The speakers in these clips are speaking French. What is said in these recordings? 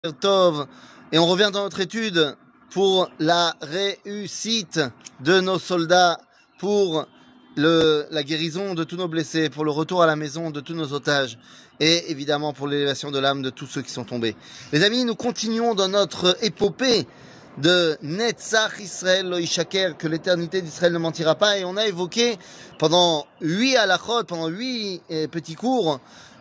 Tov, et on revient dans notre étude pour la réussite de nos soldats, pour la guérison de tous nos blessés, pour le retour à la maison de tous nos otages et évidemment pour l'élévation de l'âme de tous ceux qui sont tombés. Les amis, nous continuons dans notre épopée de Netzach Israël lo Yishaker, que l'éternité d'Israël ne mentira pas, et on a évoqué pendant 8 halachot, pendant 8 petits cours,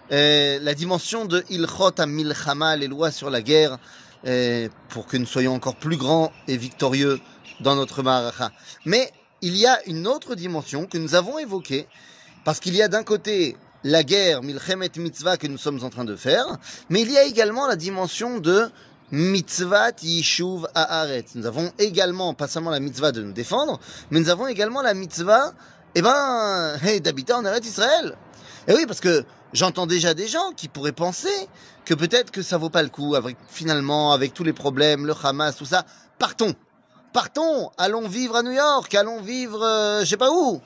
la dimension de Ilchot HaMilchama, les lois sur la guerre, pour que nous soyons encore plus grands et victorieux dans notre Ma'aracha. Mais il y a une autre dimension que nous avons évoquée, parce qu'il y a d'un côté la guerre, Milchemet Mitzvah, que nous sommes en train de faire, mais il y a également la dimension de Mitzvat Yishuv Haaretz. Nous avons également, pas seulement la mitzvah de nous défendre, mais nous avons également la mitzvah, d'habiter en Eretz Israël. Et oui, parce que j'entends déjà des gens qui pourraient penser que peut-être que ça vaut pas le coup, finalement, avec tous les problèmes, le Hamas, tout ça. Partons, allons vivre à New York, allons vivre, je sais pas où.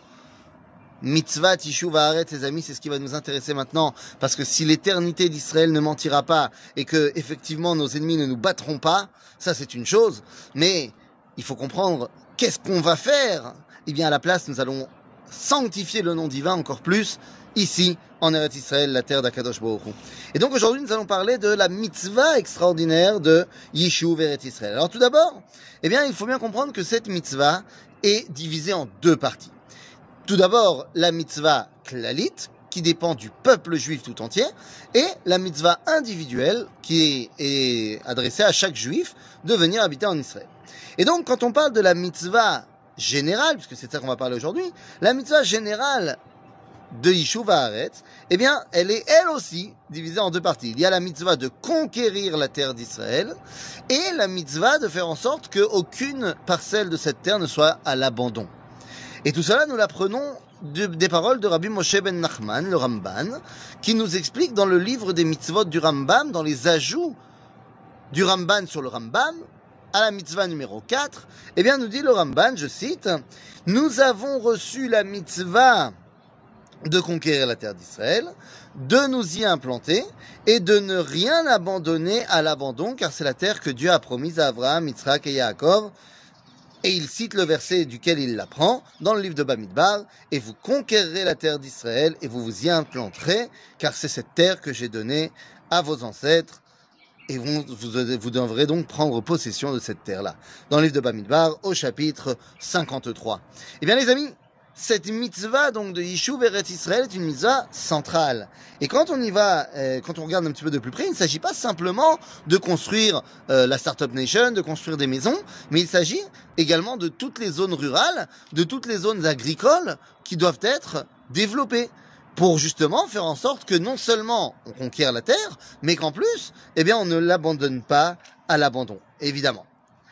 Mitzvah Tishuv Haaretz, les amis, c'est ce qui va nous intéresser maintenant, parce que si l'éternité d'Israël ne mentira pas et que effectivement nos ennemis ne nous battront pas, ça c'est une chose, mais il faut comprendre qu'est-ce qu'on va faire. Eh bien à la place, nous allons sanctifier le nom divin encore plus ici en Eretz Israël, la terre d'Akadosh Baruch Hu. Et donc aujourd'hui, nous allons parler de la mitzvah extraordinaire de Yishuv Eretz Israël. Alors tout d'abord, eh bien il faut bien comprendre que cette mitzvah est divisée en deux parties. Tout d'abord, la mitzvah klalit, qui dépend du peuple juif tout entier, et la mitzvah individuelle, qui est adressée à chaque juif de venir habiter en Israël. Et donc, quand on parle de la mitzvah générale, puisque c'est ça qu'on va parler aujourd'hui, la mitzvah générale de Yishuv Haaretz, eh bien, elle est elle aussi divisée en deux parties. Il y a la mitzvah de conquérir la terre d'Israël, et la mitzvah de faire en sorte qu'aucune parcelle de cette terre ne soit à l'abandon. Et tout cela, nous l'apprenons des paroles de Rabbi Moshe ben Nachman, le Ramban, qui nous explique dans le livre des mitzvot du Rambam, dans les ajouts du Ramban sur le Rambam, à la mitzvah numéro 4, eh bien, nous dit le Ramban, je cite, « Nous avons reçu la mitzvah de conquérir la terre d'Israël, de nous y implanter et de ne rien abandonner à l'abandon, car c'est la terre que Dieu a promise à Abraham, Yitzhak et Yaakov. » Et il cite le verset duquel il l'apprend dans le livre de Bamidbar, « Et vous conquérerez la terre d'Israël et vous vous y implanterez, car c'est cette terre que j'ai donnée à vos ancêtres, et vous devrez donc prendre possession de cette terre-là. » Dans le livre de Bamidbar, au chapitre 53. Eh bien les amis, cette mitzvah donc de Yishuv Eretz Israël est une mitzvah centrale. Et quand on y va, quand on regarde un petit peu de plus près, il ne s'agit pas simplement de construire la Startup Nation, de construire des maisons, mais il s'agit également de toutes les zones rurales, de toutes les zones agricoles qui doivent être développées pour justement faire en sorte que non seulement on conquiert la terre, mais qu'en plus, eh bien, on ne l'abandonne pas à l'abandon, évidemment.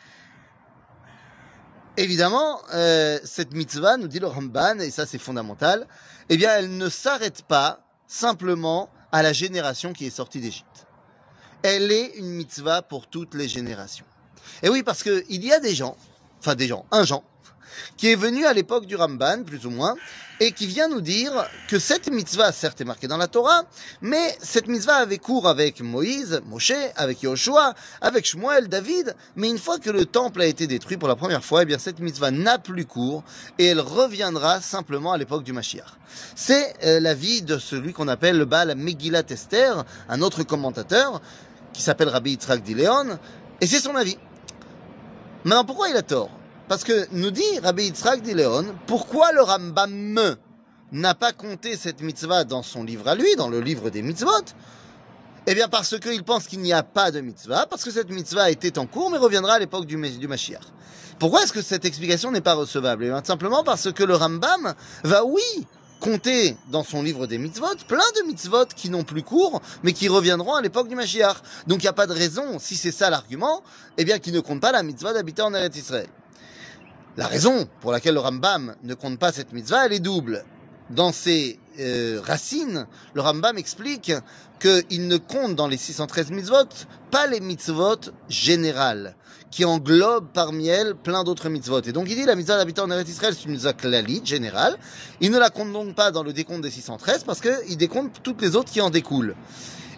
Évidemment, cette mitzvah, nous dit le Ramban, et ça c'est fondamental, eh bien elle ne s'arrête pas simplement à la génération qui est sortie d'Égypte. Elle est une mitzvah pour toutes les générations. Et oui, parce que il y a un Jean, qui est venu à l'époque du Ramban, plus ou moins, et qui vient nous dire que cette mitzvah, certes, est marquée dans la Torah, mais cette mitzvah avait cours avec Moïse, Moshe, avec Yoshua, avec Shmuel, David, mais une fois que le temple a été détruit pour la première fois, eh bien, cette mitzvah n'a plus cours, et elle reviendra simplement à l'époque du Mashiach. C'est l'avis de celui qu'on appelle le Baal Megillat Esther, un autre commentateur, qui s'appelle Rabbi Yitzhak Dileon, et c'est son avis. Maintenant, pourquoi il a tort ? Parce que nous dit Rabbi Yitzhak Dileon, pourquoi le Rambam n'a pas compté cette mitzvah dans son livre à lui, dans le livre des mitzvot? Eh bien parce qu'il pense qu'il n'y a pas de mitzvah, parce que cette mitzvah était en cours, mais reviendra à l'époque du Mashiach. Pourquoi est-ce que cette explication n'est pas recevable? Eh bien simplement parce que le Rambam va, oui, compter dans son livre des mitzvot plein de mitzvot qui n'ont plus cours, mais qui reviendront à l'époque du Mashiach. Donc il n'y a pas de raison, si c'est ça l'argument, eh bien qu'il ne compte pas la mitzvah d'habiter en Eretz Israël. La raison pour laquelle le Rambam ne compte pas cette mitzvah, elle est double. Dans ses racines, le Rambam explique qu'il ne compte dans les 613 mitzvot pas les mitzvot générales, qui englobent parmi elles plein d'autres mitzvot. Et donc il dit la mitzvah d'habiter en Eretz Israël, c'est une mitzvah klalit, générale. Il ne la compte donc pas dans le décompte des 613 parce qu'il décompte toutes les autres qui en découlent.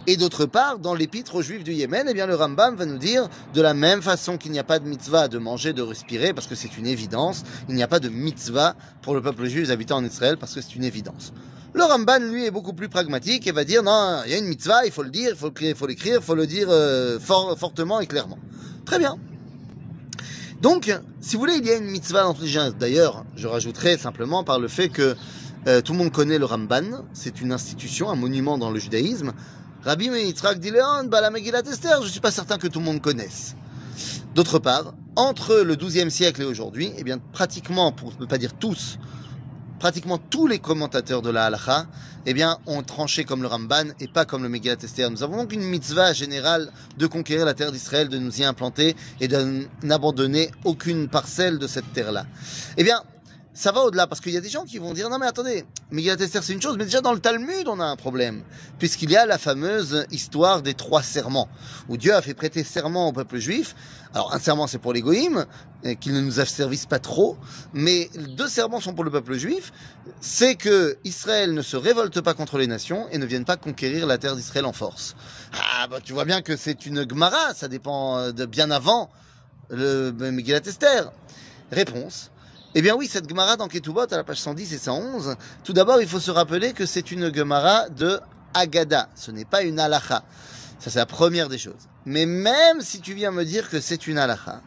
Et d'autre part, dans l'épître aux Juifs du Yémen, eh bien, le Rambam va nous dire, de la même façon qu'il n'y a pas de mitzvah de manger, de respirer, parce que c'est une évidence, il n'y a pas de mitzvah pour le peuple juif habitant en Israël, parce que c'est une évidence. Le Ramban, lui, est beaucoup plus pragmatique et va dire, non, il y a une mitzvah, il faut le dire, il faut l'écrire, il faut le dire fortement et clairement. Très bien. Donc, si vous voulez, il y a une mitzvah dans tous les gens. D'ailleurs, je rajouterai simplement par le fait que tout le monde connaît le Ramban, c'est une institution, un monument dans le judaïsme. Rabbi Yitzhak Dileon, la Megillat Esther, je ne suis pas certain que tout le monde connaisse. D'autre part, entre le XIIe siècle et aujourd'hui, eh bien, pratiquement, pour ne pas dire tous, pratiquement tous les commentateurs de la halakha, eh bien, ont tranché comme le Ramban et pas comme le Megillat Esther. Nous avons donc une mitzvah générale de conquérir la terre d'Israël, de nous y implanter et de n'abandonner aucune parcelle de cette terre-là. Eh bien, ça va au-delà, parce qu'il y a des gens qui vont dire, non mais attendez, Megillat Esther c'est une chose, mais déjà dans le Talmud on a un problème, puisqu'il y a la fameuse histoire des 3 serments, où Dieu a fait prêter serment au peuple juif. Alors un serment c'est pour les goïms, qu'ils ne nous asservissent pas trop, mais 2 serments sont pour le peuple juif, c'est que Israël ne se révolte pas contre les nations et ne vienne pas conquérir la terre d'Israël en force. Ah bah tu vois bien que c'est une Gemara, ça dépend de bien avant le Megillat Esther. Réponse. Eh bien oui, cette Gemara dans Ketubot, à la page 110 et 111, tout d'abord, il faut se rappeler que c'est une Gemara de Haggadah, ce n'est pas une halakha. Ça, c'est la première des choses. Mais même si tu viens me dire que c'est une halakha,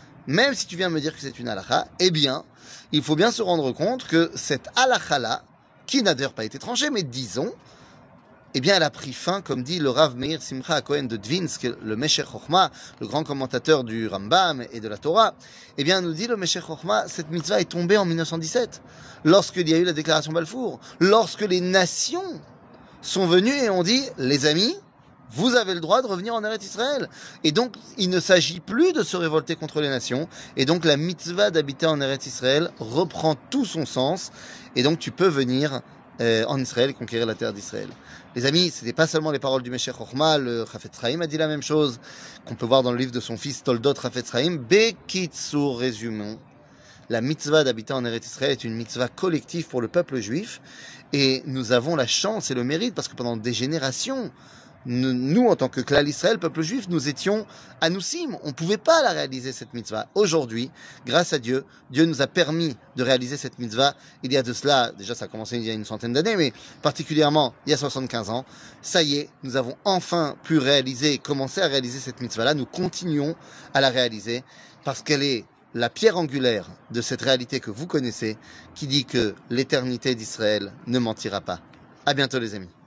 eh bien, il faut bien se rendre compte que cette halakha-là, qui n'a d'ailleurs pas été tranchée, mais disons, eh bien, elle a pris fin, comme dit le Rav Meir Simcha Cohen de Dvinsk, le Meshech Chochma, le grand commentateur du Rambam et de la Torah. Eh bien, nous dit le Meshech Chochma, cette mitzvah est tombée en 1917, lorsqu'il y a eu la déclaration Balfour, lorsque les nations sont venues et ont dit, les amis, vous avez le droit de revenir en Eretz Israël. Et donc, il ne s'agit plus de se révolter contre les nations. Et donc, la mitzvah d'habiter en Eretz Israël reprend tout son sens. Et donc, tu peux venir en Israël et conquérir la terre d'Israël. Les amis, ce n'était pas seulement les paroles du Meshech Chochma, le Chafetz Chaim a dit la même chose, qu'on peut voir dans le livre de son fils Toldot Chafetz Chaim. Bekitsur, résumons, la mitzvah d'habiter en Eretz Israël est une mitzvah collective pour le peuple juif, et nous avons la chance et le mérite, parce que pendant des générations, nous, en tant que Klal Israël, peuple juif, nous étions anoussim. On ne pouvait pas la réaliser, cette mitzvah. Aujourd'hui, grâce à Dieu, Dieu nous a permis de réaliser cette mitzvah. Il y a de cela, déjà ça a commencé il y a une centaine d'années, mais particulièrement il y a 75 ans. Ça y est, nous avons enfin pu réaliser, commencer à réaliser cette mitzvah-là. Nous continuons à la réaliser parce qu'elle est la pierre angulaire de cette réalité que vous connaissez, qui dit que l'éternité d'Israël ne mentira pas. À bientôt les amis.